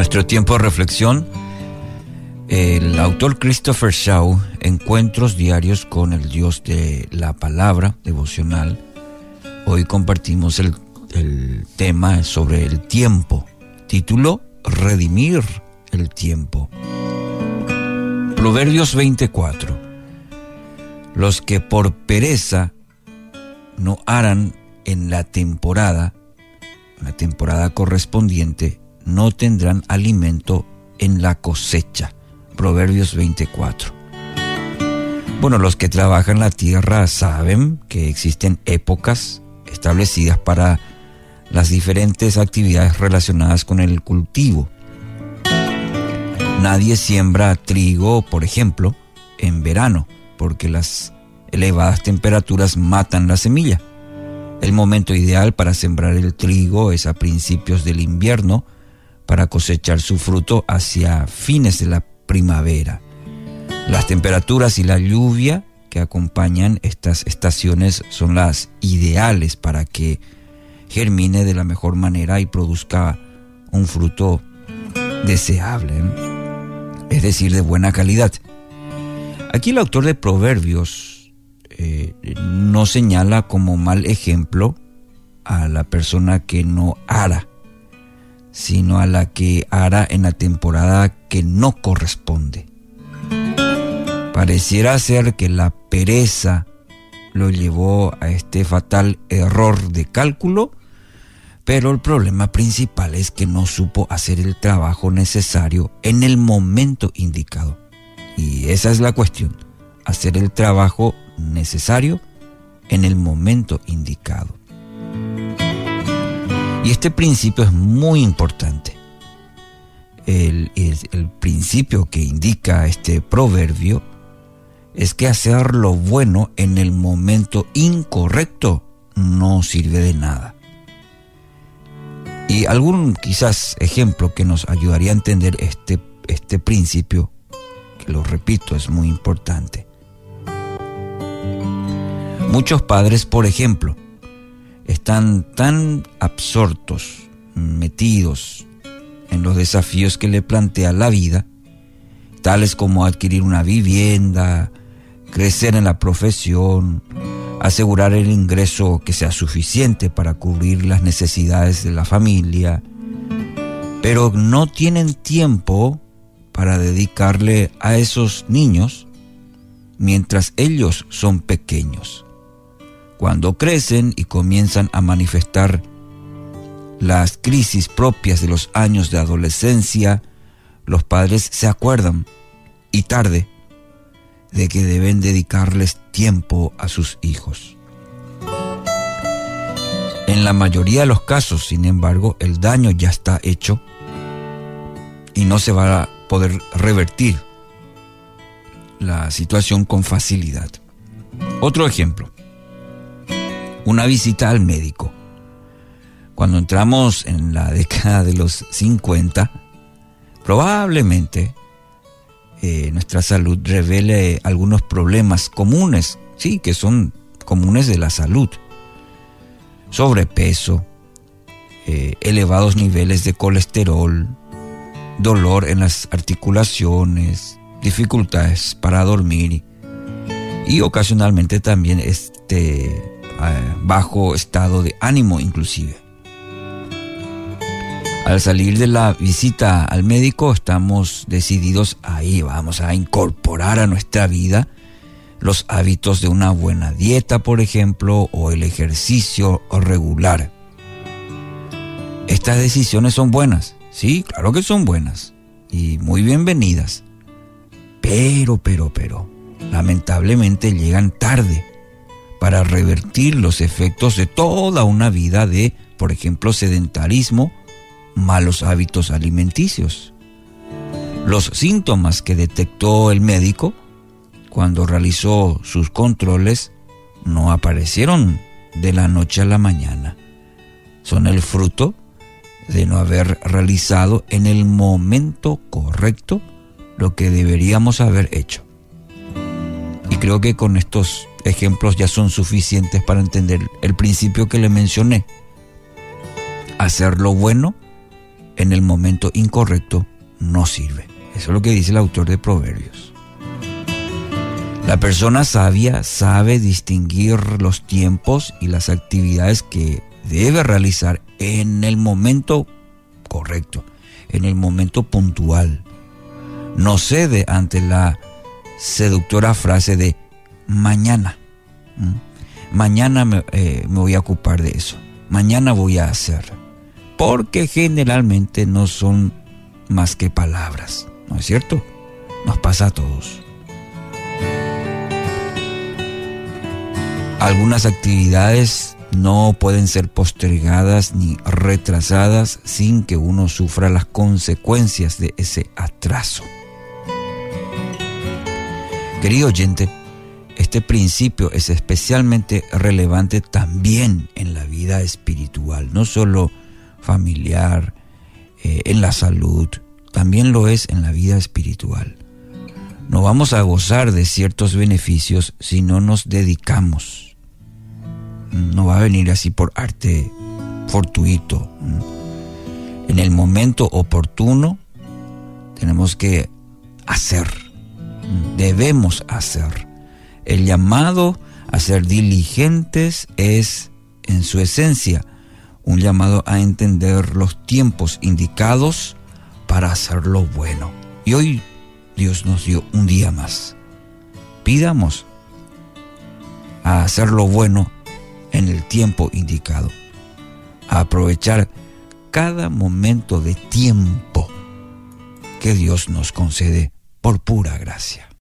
nuestro tiempo de reflexión, el autor Christopher Shaw, Encuentros Diarios con el Dios de la Palabra, devocional. Hoy compartimos el tema sobre el tiempo. Título: Redimir el tiempo. Proverbios 24. Los que por pereza no aran en la temporada correspondiente, no tendrán alimento en la cosecha. Proverbios 24. Bueno, los que trabajan la tierra saben que existen épocas establecidas para las diferentes actividades relacionadas con el cultivo. Nadie siembra trigo, por ejemplo, en verano, porque las elevadas temperaturas matan la semilla. El momento ideal para sembrar el trigo es a principios del invierno, para cosechar su fruto hacia fines de la primavera. Las temperaturas y la lluvia que acompañan estas estaciones son las ideales para que germine de la mejor manera y produzca un fruto deseable, es decir, de buena calidad. Aquí el autor de Proverbios no señala como mal ejemplo a la persona que no ara, sino a la que ara en la temporada que no corresponde. Pareciera ser que la pereza lo llevó a este fatal error de cálculo, pero el problema principal es que no supo hacer el trabajo necesario en el momento indicado. Y esa es la cuestión: hacer el trabajo necesario en el momento indicado. Y este principio es muy importante. El principio que indica este proverbio es que hacer lo bueno en el momento incorrecto no sirve de nada. Y algún quizás ejemplo que nos ayudaría a entender este principio, que lo repito, es muy importante. Muchos padres, por ejemplo, están tan absortos, metidos en los desafíos que le plantea la vida, tales como adquirir una vivienda, crecer en la profesión, asegurar el ingreso que sea suficiente para cubrir las necesidades de la familia, pero no tienen tiempo para dedicarle a esos niños mientras ellos son pequeños. Cuando crecen y comienzan a manifestar las crisis propias de los años de adolescencia, los padres se acuerdan, y tarde, de que deben dedicarles tiempo a sus hijos. En la mayoría de los casos, sin embargo, el daño ya está hecho y no se va a poder revertir la situación con facilidad. Otro ejemplo: una visita al médico. Cuando entramos en la década de los 50, probablemente nuestra salud revele algunos problemas comunes, sí, que son comunes de la salud: sobrepeso, elevados niveles de colesterol, dolor en las articulaciones, dificultades para dormir y ocasionalmente también bajo estado de ánimo inclusive. Al salir de la visita al médico, estamos decididos vamos a incorporar a nuestra vida los hábitos de una buena dieta, por ejemplo, o el ejercicio regular. Estas decisiones son buenas, sí, claro que son buenas y muy bienvenidas, pero, lamentablemente llegan tarde para revertir los efectos de toda una vida de, por ejemplo, sedentarismo, malos hábitos alimenticios. Los síntomas que detectó el médico cuando realizó sus controles no aparecieron de la noche a la mañana. Son el fruto de no haber realizado en el momento correcto lo que deberíamos haber hecho. Y creo que con estos ejemplos ya son suficientes para entender el principio que le mencioné: hacer lo bueno en el momento incorrecto no sirve. Eso es lo que dice el autor de Proverbios. La persona sabia sabe distinguir los tiempos y las actividades que debe realizar en el momento correcto, en el momento puntual. No cede ante la seductora frase de mañana. Mañana me voy a ocupar de eso. Mañana voy a hacer. Porque generalmente no son más que palabras. ¿No es cierto? Nos pasa a todos. Algunas actividades no pueden ser postergadas ni retrasadas sin que uno sufra las consecuencias de ese atraso. Querido oyente, este principio es especialmente relevante también en la vida espiritual, no solo familiar, en la salud, también lo es en la vida espiritual. No vamos a gozar de ciertos beneficios si no nos dedicamos. No va a venir así por arte fortuito. En el momento oportuno tenemos que hacer, debemos hacer. El llamado a ser diligentes es, en su esencia, un llamado a entender los tiempos indicados para hacer lo bueno. Y hoy Dios nos dio un día más. Pidamos a hacer lo bueno en el tiempo indicado, a aprovechar cada momento de tiempo que Dios nos concede por pura gracia.